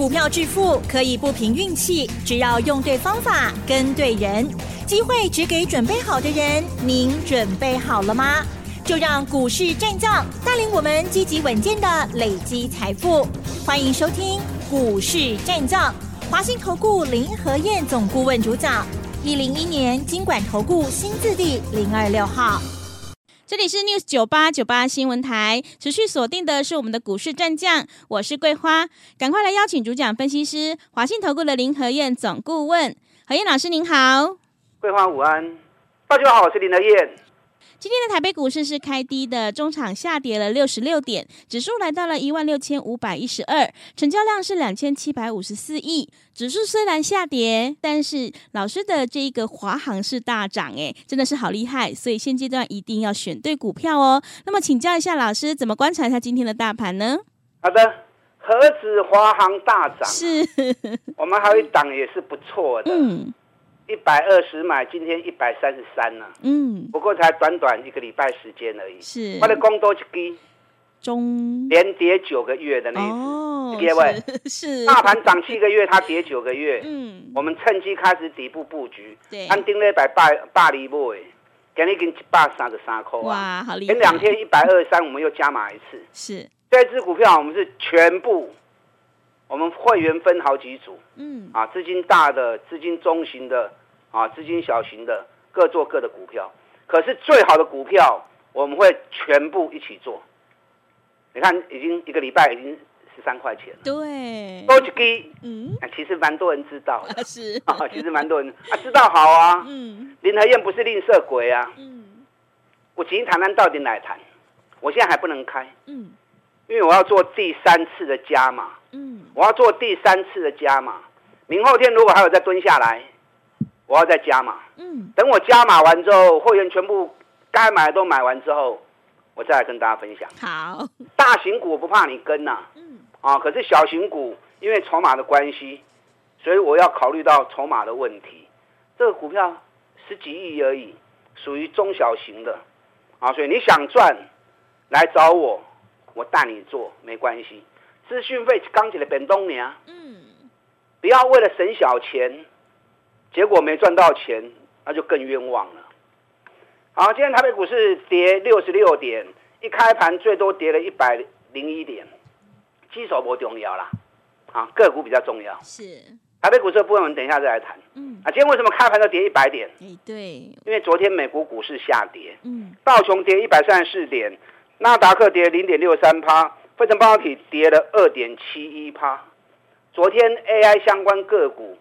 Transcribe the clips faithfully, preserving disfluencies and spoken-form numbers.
股票致富可以不凭运气，只要用对方法跟对人。机会只给准备好的人，您准备好了吗？就让股市战将带领我们积极稳健的累积财富。欢迎收听股市战将，华信投顾林和彥总顾问主讲，一零一年金管投顾新字第零二六号。 这里是 News 九八九八 新闻台，持续锁定的是我们的股市战将，我是桂花，赶快来邀请主讲分析师华信投顾的林和彥总顾问。和彥老师您好。 桂花午安，大家好，我是林和彥。 今天的台北股市是开低的，中场下跌了六十六点，指数来到了一万六千五百一十二，成交量是两千七百五十四亿。指数虽然下跌，但是老师的这个华航是大涨，哎，真的是好厉害，所以现阶段一定要选对股票哦。那么请教一下老师，怎么观察一下今天的大盘呢？ 好的，何止华航大涨， 是我们还有一档也是不错的，嗯。一百二十买，今天一百三十三了，嗯，不过才短短一个礼拜时间而已。 是， 它的攻多一支， 中连跌九个月的那一次， 哦， 各位是大盘涨七个月，它跌九个月，嗯，我们趁机开始底部布局， 对， 按定了一百八八厘买，今天已经一百三十三块， 哇，好厉害！ 前两天一百二十三，我们又加码一次， 是， 这支股票我们是全部。我们会员分好几组，嗯，啊，资金大的、资金中型的、啊，资金小型的，各做各的股票。可是最好的股票，我们会全部一起做。你看，已经一个礼拜已经十三块钱了。 对， 多一支， 嗯， 啊，其实蛮多人知道的， 是啊，其实蛮多人啊知道好啊，嗯，林和彥不是吝啬鬼啊，嗯，我今天谈谈到底哪谈？我现在还不能开，嗯，因为我要做第三次的加码。嗯，我要做第三次的加码，明后天如果还有再蹲下来，我要再加码。嗯，等我加码完之后，会员全部该买的都买完之后，我再来跟大家分享。 好， 大型股我不怕你跟呐、啊，嗯，啊，可是小型股因为筹码的关系，所以我要考虑到筹码的问题。这个股票十几亿而已，属于中小型的，啊，所以你想赚，来找我，我带你做，没关系。资讯费刚起来变动呢，嗯，不要为了省小钱，结果没赚到钱，那就更冤枉了。好，今天台北股市跌六十六点，一开盘最多跌了一百零一点，基手不重要啦，啊，个股比较重要。 是台北股市的部分，我们等一下再来谈。嗯，啊，今天为什么开盘都跌一百点？ 哎，对， 因为昨天美国股市下跌，嗯，道琼跌一百三十四点，纳达克跌零点六三趴。费城半导体跌了 二点七一趴， 昨天 A I 相关个股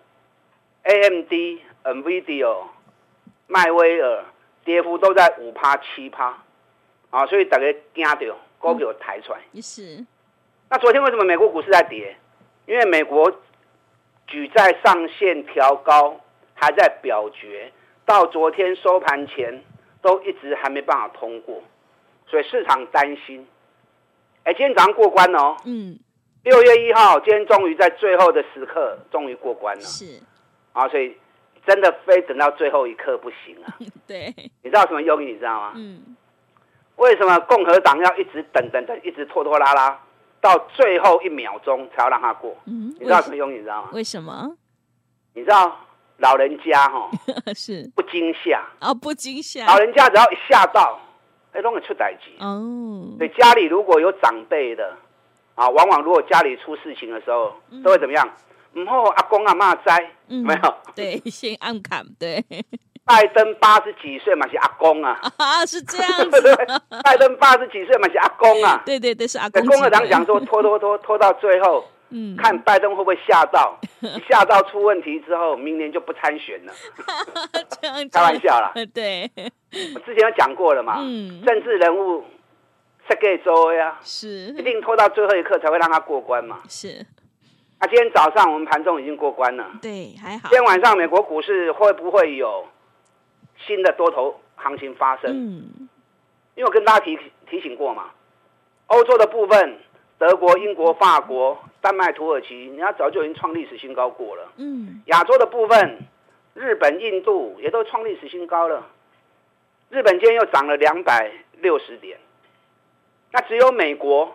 A M D、Nvidia、迈威尔跌幅都在 五趴、七趴， 啊，所以大家惊到股票抬出来。 也是。 那昨天为什么美国股市在跌？因为美国举债上限调高还在表决，到昨天收盘前都一直还没办法通过，所以市场担心。哎，今天早上过关了哦。嗯。六月一号，今天终于在最后的时刻，终于过关了。 是。 啊，所以真的非等到最后一刻不行啊。 对。 你知道什么用意？你知道吗？嗯。为什么共和党要一直等等等，一直拖拖拉拉，到最后一秒钟才要让他过？嗯。你知道什么用意？你知道吗？ 为什么？ 你知道老人家哈、 哦、是不惊吓哦，不惊吓。 老人家只要一吓到。哎，都会出代志哦。所以家里如果有长辈的，啊，往往如果家里出事情的时候，嗯、都会怎么样？唔好阿公阿嬷知，嗯、没有？ 对，先暗砍。对。 拜登八十几岁嘛是阿公啊。 啊，是这样子。对拜登八十几岁嘛是阿公啊。 对对对，是阿公。 共和党讲说拖拖拖拖到最后。嗯，看拜登会不会吓到，吓到出问题之后，明年就不参选了。 这样开玩笑啦。 对， 我之前有讲过了嘛。嗯，政治人物设计周呀， 是一定拖到最后一刻才会让他过关嘛。 是。 啊，今天早上我们盘中已经过关了。 对，还好。 今天晚上美国股市会不会有新的多头行情发生？嗯，因为我跟大家提提醒过嘛，欧洲的部分。德国、英国、法国、丹麦、土耳其，人家早就已经创历史新高过了。嗯，亚洲的部分，日本、印度也都创历史新高了。日本今天又涨了两百六十点，那只有美国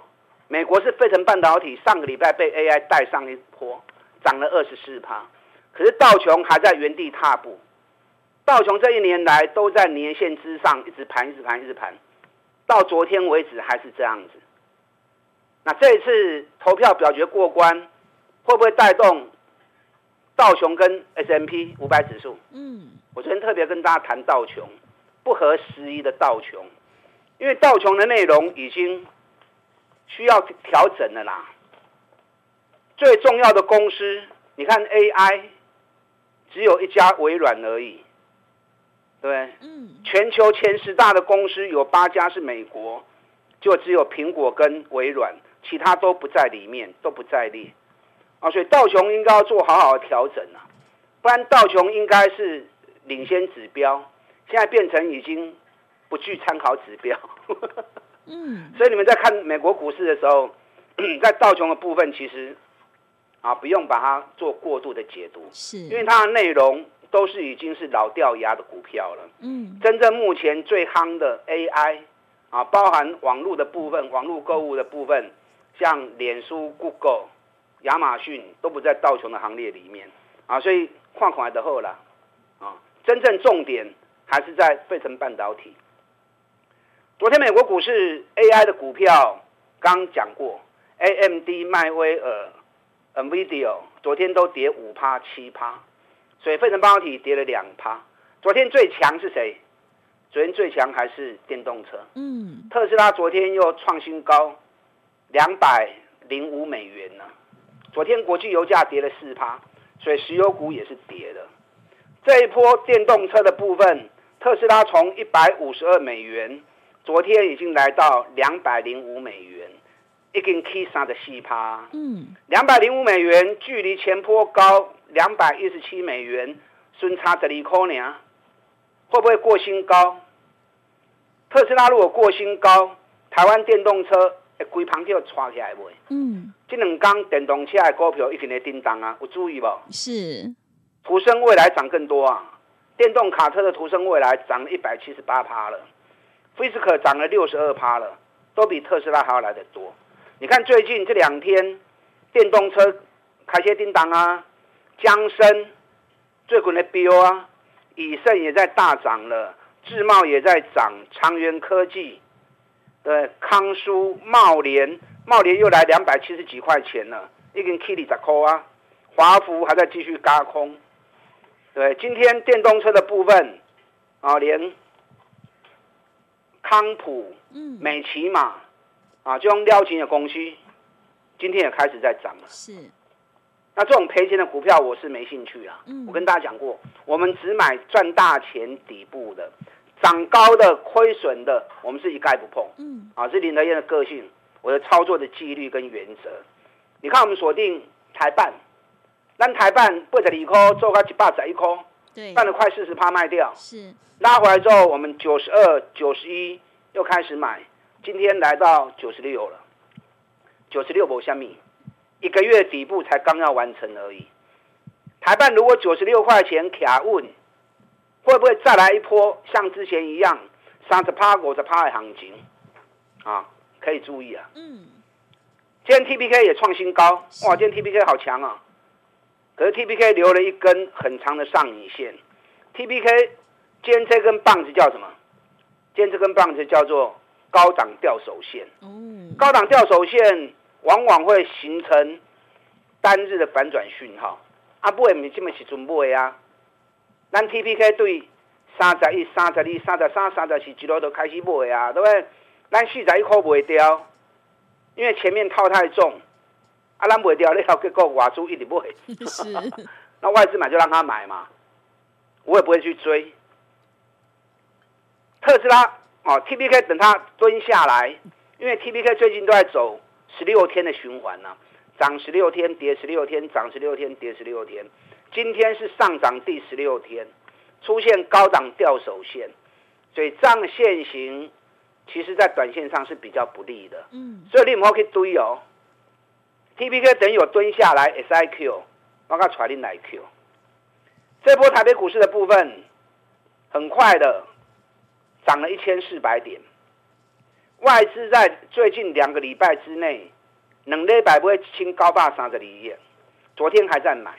美国是费城半导体上个礼拜被 A I 带上一波，涨了 百分之二十四， 可是道琼还在原地踏步。道琼这一年来都在年线之上一直盘一直盘一直盘，到昨天为止还是这样子。那这一次投票表决过关，会不会带动道琼跟 S and P 五百 指数？嗯，我昨天特别跟大家谈道琼，不合时宜的道琼，因为道琼的内容已经需要调整了啦。最重要的公司，你看 A I 只有一家微软而已，对不对？嗯。全球前十大的公司有八家是美国，就只有苹果跟微软，其他都不在里面，都不在列。啊，所以道琼应该要做好好的调整啊，不然道琼应该是领先指标，现在变成已经不具参考指标。嗯。所以你们在看美国股市的时候，在道琼的部分其实啊不用把它做过度的解读，是因为它的内容都是已经是老掉牙的股票了。嗯。真正目前最夯的 A I 啊，包含网络的部分、网络购物的部分，像脸书、Google、亚马逊都不在道琼的行列里面啊，所以看看就好啦啊。真正重点还是在费城半导体。昨天美国股市 A I 的股票刚讲过 ，A M D、迈威尔、Nvidia 昨天都跌五趴、七趴，所以费城半导体跌了两趴。昨天最强是谁？昨天最强还是电动车。嗯，特斯拉昨天又创新高，两百零五美元呢。昨天国际油价跌了四趴，所以石油股也是跌的。这一波电动车的部分，特斯拉从一百五十二美元，昨天已经来到两百零五美元，已经起三十四趴。嗯，两百零五美元距离前波高两百一十七美元，剩差十二块呢，会不会过新高？特斯拉如果过新高，台湾电动车会规盘叫刷起来不？嗯，这两天电动车的股票已经在叮当啊，有注意不？是。途胜未来涨更多啊，电动卡车的途胜未来涨了一百七十八趴了，菲斯克涨了六十二趴了，都比特斯拉还要来得多。你看最近这两天，电动车开些叮当啊，江森最近的标啊，以盛也在大涨了，智茂也在涨，长源科技。对，康舒、茂联，茂联又来两百七十几块钱了，已经起二十块啊。华孚还在继续軋空。对，今天电动车的部分啊，连康普、美骑马啊，这种撩钱的公司，今天也开始在涨了。是。那这种赔钱的股票，我是没兴趣啦。嗯。我跟大家讲过，我们只买赚大钱底部的。涨高的、亏损的，我们是一概不碰。嗯，啊，是林德燕的个性，我的操作的纪律跟原则。你看，我们锁定台办，咱台办八十二块做到一百十一块，对，赚了快四十趴卖掉。是拉回来之后，我们九十二、九十一又开始买，今天来到九十六了。九十六没什么，一个月底部才刚要完成而已。台办如果九十六块钱卡稳。会不会再来一波像之前一样三十趴、五十趴的行情啊？可以注意啊。嗯。今天 T P K 也创新高，哇！今天 T P K 好强啊。可是 T P K 留了一根很长的上影线。T P K 今天这根棒子叫什么？今天这根棒子叫做高档吊手线。嗯。高档吊手线往往会形成单日的反转讯号。啊，不会不是这么时阵买啊。咱 T P K 对三十一、三十二、三十三、三十四一路都开始买啊，对不对？咱四十一块卖掉，因为前面套太重，啊，咱卖掉，你好结果外资一直买，是，那外资买就让他买嘛，我也不会去追。特斯拉哦 ，T P K 等它蹲下来，因为 T P K 最近都在走十六天的循环呐、啊，涨十六天，跌十六天，涨十六天，跌十六天。今天是上涨第十六天，出现高档吊手线，所以这样线型其实在短线上是比较不利的。嗯，所以你不要去追哦。T P K 等有蹲下来 ，S I Q， 我给带你来 Q。这波台北股市的部分，很快的涨了一千四百点。外资在最近两个礼拜之内两礼拜买一千九百三十二亿，昨天还在买，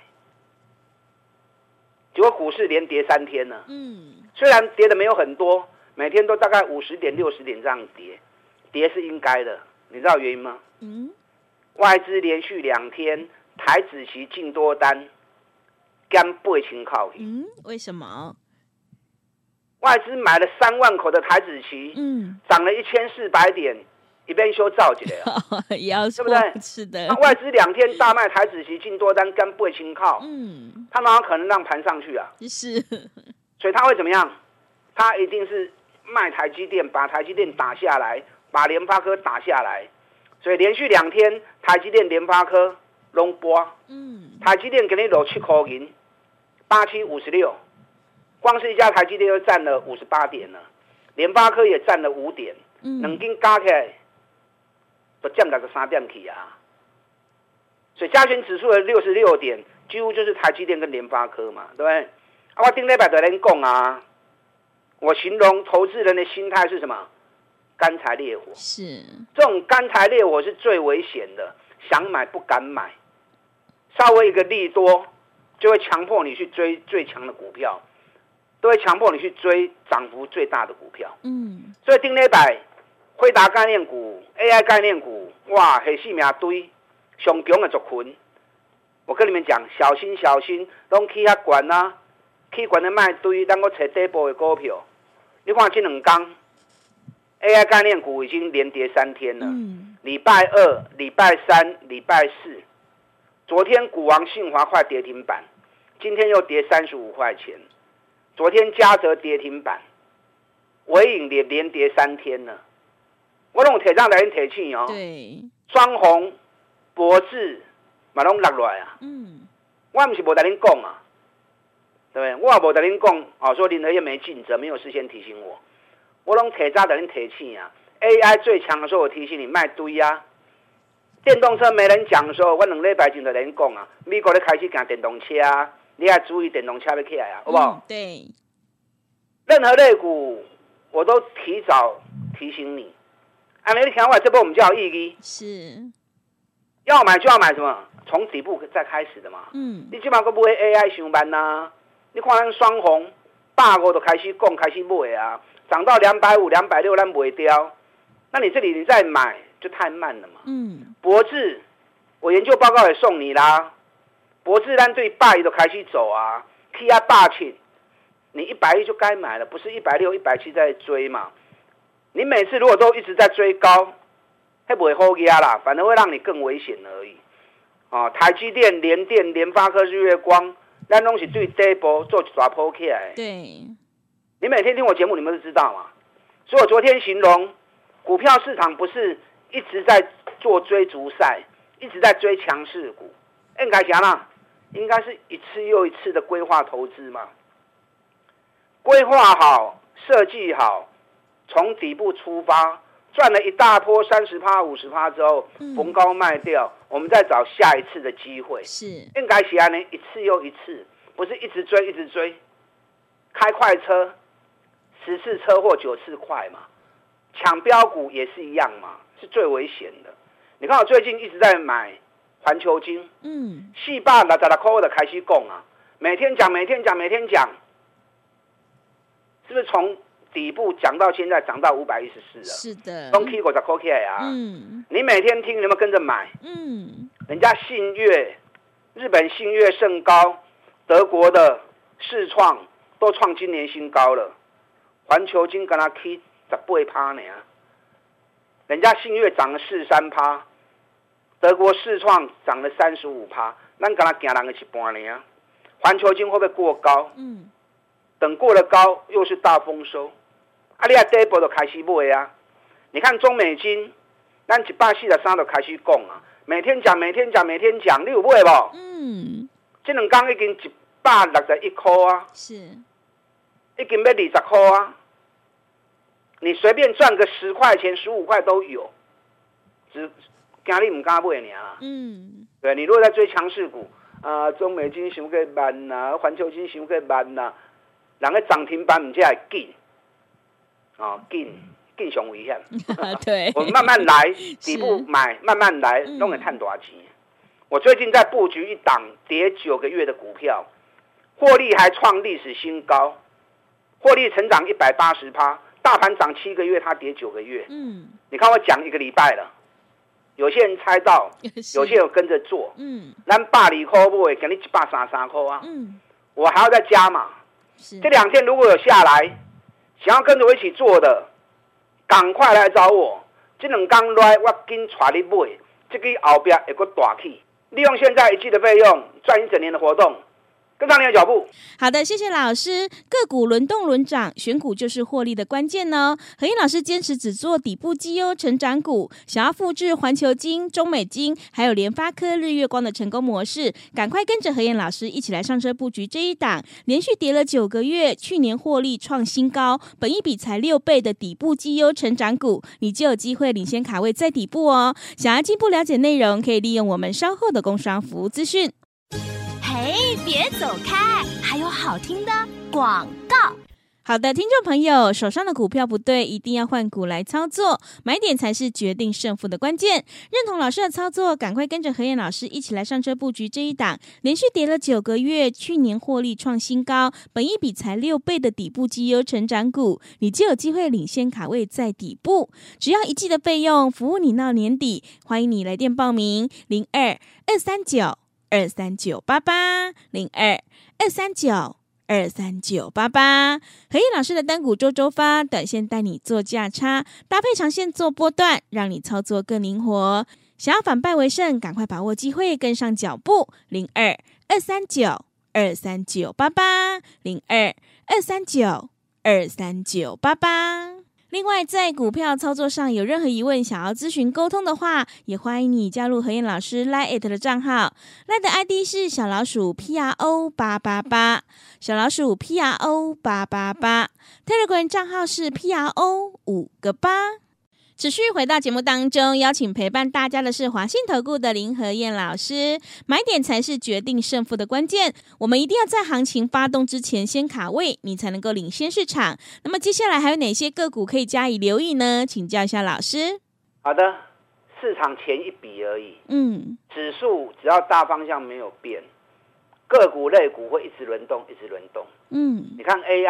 结果股市连跌三天了。嗯，虽然跌的没有很多，每天都大概五十点、六十点这样跌，跌是应该的。你知道原因吗？嗯，外资连续两天台指期净多单，干八千口。 嗯，为什么？ 外资买了三万口的台指期，嗯，涨了一千四百点，一边修造起来了，对不对？ 是的。 那外资两天大卖台指期净多单，干八千口，嗯，他哪有可能让盘上去啊？ 是， 所以他会怎么样？他一定是卖台积电，把台积电打下来，把联发科打下来，所以连续两天台积电、联发科拢波，嗯，台积电给你落七块银，八七五十六。光是一家台积电就占了五十八点了，联发科也占了五点，两间加起来都降到个三点去啊。所以加权指数的六十六点，几乎就是台积电跟联发科嘛，对不对？啊，我顶礼拜就跟你讲啊，我形容投资人的心态是什么？干柴烈火。 是这种干柴烈火是最危险的，想买不敢买，稍微一个利多就会强迫你去追最强的股票。都会强迫你去追涨幅最大的股票，嗯，所以顶礼拜辉达概念股、A I 概念股，哇，黑四命堆，上强的族群。我跟你们讲，小心小心，拢起遐悬啊，起悬的卖堆，咱个找底部的股票。你看这两天 A I 概念股已经连跌三天了，嗯，礼拜二、礼拜三、礼拜四，昨天股王信华快跌停板，今天又跌三十五块钱。昨天嘉泽跌停板，伟影连连跌三天了。我拢铁上来人铁气哦。 对。 双红、博智，嘛拢落来啊。嗯。我不是无跟您讲啊，对不对？我也无跟您讲哦，说林和燕没尽责，没有事先提醒我。我拢铁上来人铁气啊。A I 最强的时候，我提醒你卖堆啊。电动车没人讲的时候，我两礼拜前就跟您讲啊，美国咧开始行电动车啊。你要注意电动车要起来啊，好不好？ 嗯、对， 任何类股我都提早提醒你。啊，你听我这波我们叫意义是要买就要买什么？从底部再开始的嘛。嗯，你基本上都不会 A I 上班呐、啊。你看咱双红百五都开始讲开始买啊，涨到两百五、两百六，咱卖掉。那你这里你再买就太慢了嘛。嗯，博智，我研究报告也送你啦。博智咱对百亿都开始走啊，去啊八千，你一百亿就该买了，不是一百六、一百七在追嘛？你每次如果都一直在追高，那不会好压啦，反而会让你更危险而已。哦，台积电、联电、联发科、日月光，咱拢是对底部做一大波起来。 对， 你每天听我节目，你们都知道嘛。所以我昨天形容，股票市场不是一直在做追逐赛，一直在追强势股。应该讲啦，应该是一次又一次的规划投资嘛。规划好，设计好，从底部出发，赚了一大波三十趴、五十趴之后，逢高卖掉，我们再找下一次的机会。 是应该是安呢，一次又一次，不是一直追一直追，开快车，十次车祸九次快嘛。抢标股也是一样嘛，是最危险的。你看我最近一直在买环球金，嗯，四百六十六块的开始讲啊，每天讲，每天讲，每天讲，是不是从底部讲到现在涨到五百一十四了？ 是的， 从起五十块起来啊，嗯，你每天听，你有没有跟着买？嗯，人家信越，日本信越甚高，德国的世创都创今年新高了，环球金跟他起十八趴呢，人家信越涨了四十三趴。德国世创涨了三十五趴，咱跟他行人的一半呢。环球金会不会过高？嗯，等过了高又是大丰收。啊，你啊底部就开始买啊。你看中美金，咱一百四十三就开始讲啊，每天讲，每天讲，每天讲，你有买无？嗯，这两天已经一百六十一块啊， 是， 已经要二十块啊。你随便赚个十块钱、十五块都有，只。惊你唔敢买尔啦，嗯，对，你如果在追强势股，啊，中美金想个慢呐，环球金想个慢呐，人个涨停板唔只系紧，哦紧更上危险。 对， 我们慢慢来，底部买，慢慢来，都能赚大钱。我最近在布局一档跌九个月的股票，获利还创历史新高，获利成长一百八十趴，大盘涨七个月，它跌九个月。嗯，你看我讲一个礼拜了，有些人猜到，有些人有跟着做。嗯，咱百二块买，给你一百三十三块啊。嗯，我还要再加码。这两天如果有下来，想要跟着我一起做的，赶快来找我。这两天来，我紧带你买，这个后边会个大起。利用现在一季的费用，赚一整年的活动，跟上你的脚步。 好的，谢谢老师。个股轮动轮涨，选股就是获利的关键哦。和晏老师坚持只做底部绩优成长股，想要复制环球金、中美金还有联发科、日月光的成功模式，赶快跟着和晏老师一起来上车布局这一档连续跌了九个月，去年获利创新高，本益比才六倍的底部绩优成长股，你就有机会领先卡位在底部哦。想要进一步了解内容，可以利用我们稍后的工商服务资讯。 嘿，别走开，还有好听的广告。 好的，听众朋友，手上的股票不对，一定要换股来操作，买点才是决定胜负的关键。认同老师的操作，赶快跟着和晏老师一起来上车布局这一档连续跌了九个月，去年获利创新高，本益比才六倍的底部绩优成长股，你就有机会领先卡位在底部。只要一季的费用，服务你到年底。欢迎你来电报名零二二三九二三九八八零二二三九二三九八八。和晏老师的单股周周发，短线带你做价差，搭配长线做波段，让你操作更灵活。想要反败为胜，赶快把握机会，跟上脚步。零二二三九二三九八八零二二三九二三九八八。另外，在股票操作上有任何疑问，想要咨询沟通的话，也欢迎你加入和晏老师 Line 的账号 ，Line 的 I D 是小老鼠 P R O 八八八， 小老鼠 P R O 八八八 ，Telegram 账号是 P R O 五个八。持续回到节目当中，邀请陪伴大家的是华信投顾的林和晏老师。买点才是决定胜负的关键，我们一定要在行情发动之前先卡位，你才能够领先市场。那么接下来还有哪些个股可以加以留意呢？请教一下老师。 好的，市场前一笔而已。嗯，指数只要大方向没有变，个股类股会一直轮动，一直轮动。嗯，你看 A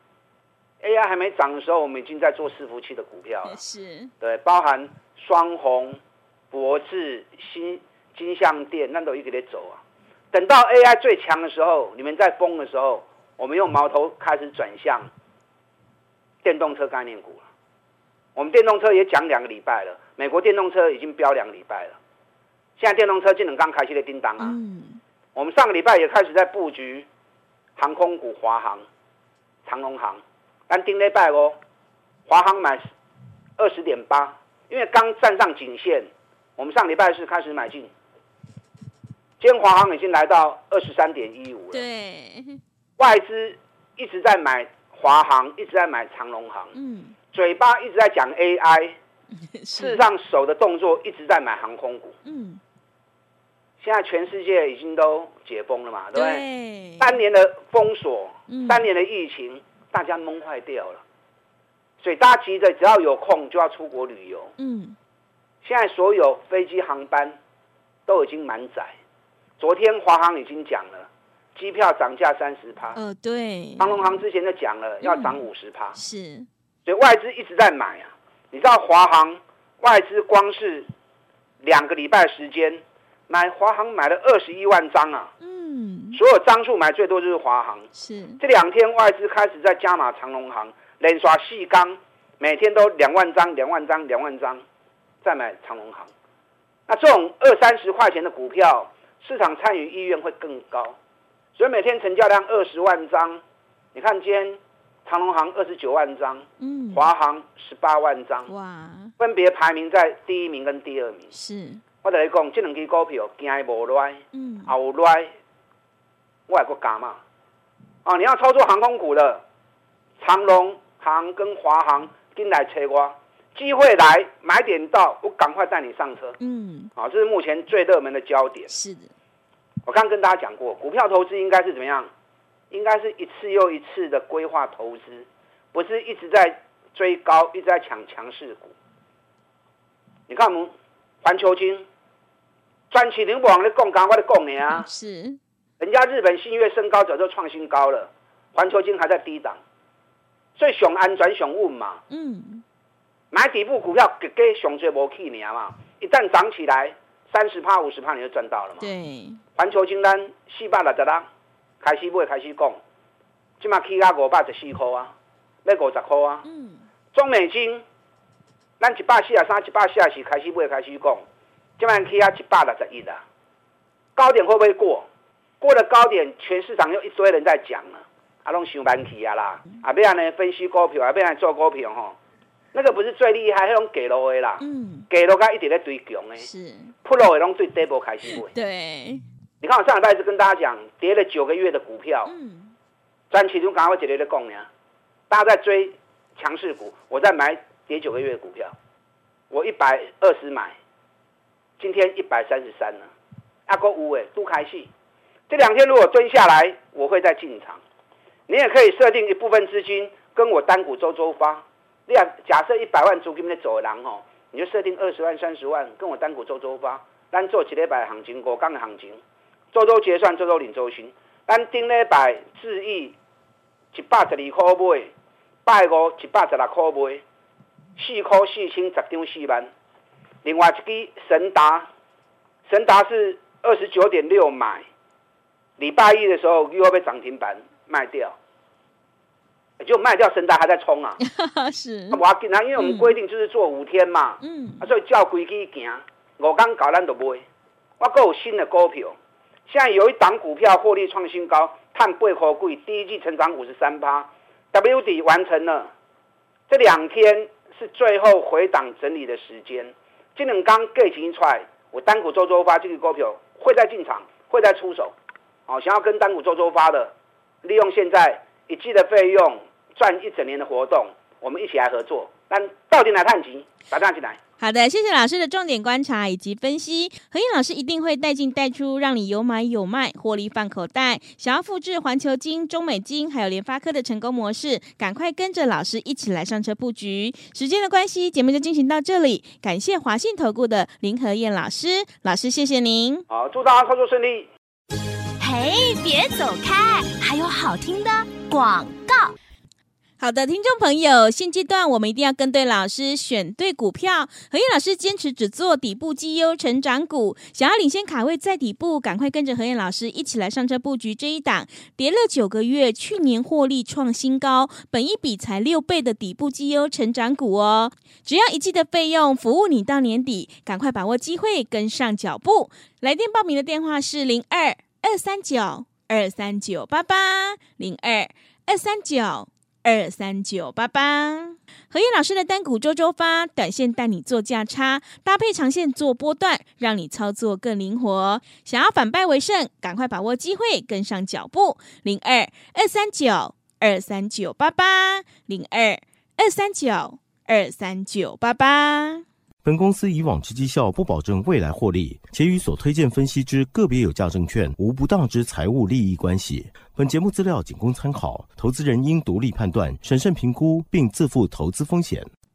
I。A I 还没涨的时候，我们已经在做伺服器的股票了。 是， 对，包含双鸿、博智、新金像电，那都一个在走啊。等到 A I 最强的时候，你们在疯的时候，我们用矛头开始转向电动车概念股了。我们电动车也讲两个礼拜了，美国电动车已经飙两个礼拜了。现在电动车技能刚开始的叮当啊。嗯。我们上个礼拜也开始在布局航空股，华航、长荣航。但顶礼拜哦，华航买二十点八，因为刚站上颈线，我们上礼拜是开始买进。今天华航已经来到二十三点一五了。 对， 外资一直在买华航，一直在买长荣航。嗯，嘴巴一直在讲 A I， 事实上手的动作一直在买航空股。嗯，现在全世界已经都解封了嘛，对不对？对，三年的封锁，嗯、三年的疫情。大家蒙坏掉了，所以大家急着只要有空就要出国旅游。嗯，现在所有飞机航班都已经满载。昨天华航已经讲了，机票涨价三十趴。 呃，对。 长荣航之前就讲了，要涨五十趴。 是。 所以外资一直在买啊。你知道华航外资光是两个礼拜时间买华航买了二十一万张啊。嗯，所有张数买最多就是华航。 是，这两天外资开始在加码长荣航，连刷细钢，每天都两万张、两万张、两万张，再买长荣航。那这种二三十块钱的股票，市场参与意愿会更高，所以每天成交量二十万张。你看今天长荣航二十九万张，嗯，华航十八万张，哇，分别排名在第一名跟第二名。 是， 我跟你讲，这两支股票今无赖，嗯，后赖。我也不加嘛，啊！你要操作航空股的，长荣航跟华航，进来催我，机会来，买点到，我赶快带你上车。嗯，啊，这是目前最热门的焦点。 是的， 我刚跟大家讲过，股票投资应该是怎么样？应该是一次又一次的规划投资，不是一直在追高，一直在抢强势股。你看我们环球金，专起林网的讲刚我的讲你啊， 是， 人家日本信越升高早就创新高了，环球金还在低档，所以上安全上稳嘛。嗯，买底部股票给给上最无去年嘛，一旦涨起来三十趴五十趴你就赚到了嘛。 对， 环球金单四百六十六开始买开始讲，今嘛起到五百十四块啊，要五十块啊。嗯，中美金。咱一百四十三、一百四十四开始买开始讲，今晚起啊一百六十一啦，高点会不会过？过了高点，全市场又一堆人在讲了，啊，拢想慢去啊啦，啊，要安尼分析股票，啊，要安尼做股票吼，那个不是最厉害，迄种给路的啦，嗯，给路甲一直在追强的， 是， 扑路的拢最底部开始买。 对， 你看我上礼拜是跟大家讲，跌了九个月的股票，嗯，咱其中刚刚我一个在讲呢，大家在追强势股，我在买。跌九个月的股票，我一百二十买，今天一百三十三了。阿哥五诶，都开戏。这两天如果蹲下来，我会再进场。你也可以设定一部分资金跟我单股周周发。你假设一百万资金在走的人吼，你就设定二十万、三十万跟我单股周周发。咱做一礼拜行情，五天的行情，周周结算，周周领周薪。咱顶礼拜智易一百十二块买，拜五一百十六块买。四块四千十张四万，另外一支神达，神达是二十九点六买，礼拜一的时候又要被涨停板卖掉，就卖掉神达还在冲啊， 是， 我紧啊，因为我们规定就是做五天嘛，嗯，啊，所以照规矩行，五天搞咱就买，我还有新的股票，现在有一档股票获利创新高，碳八块贵，第一季成长五十三趴 ，W D 完成了，这两天。是最后回档整理的时间，这两刚计钱出来，我单股周周发这个股票会再进场，会再出手。好、哦，想要跟单股周周发的，利用现在一季的费用赚一整年的活动，我们一起来合作。但到底来探钱，打电话进来。 好的，谢谢老师的重点观察以及分析。和晏老师一定会带进带出，让你有买有卖，获利放口袋。想要复制环球金、中美金还有联发科的成功模式，赶快跟着老师一起来上车布局。时间的关系，节目就进行到这里。感谢华信投顾的林和晏老师，老师谢谢您。 好，祝大家操作顺利。 嘿，别走开，还有好听的广告。 好的，听众朋友，现阶段我们一定要跟对老师，选对股票。和晏老师坚持只做底部绩优成长股，想要领先卡位在底部，赶快跟着和晏老师一起来上车布局这一档跌了九个月，去年获利创新高，本益比才六倍的底部绩优成长股哦。只要一季的费用，服务你到年底，赶快把握机会，跟上脚步。来电报名的电话是零二二三九二三九八八零二二三九。二三九八八，和晏老师的单股周周发，短线带你做价差，搭配长线做波段，让你操作更灵活。想要反败为胜，赶快把握机会，跟上脚步。零二二三九二三九八八，零二二三九二三九八八。 本公司以往之绩效不保证未来获利，且与所推荐分析之个别有价证券无不当之财务利益关系。本节目资料仅供参考，投资人应独立判断、审慎评估，并自负投资风险。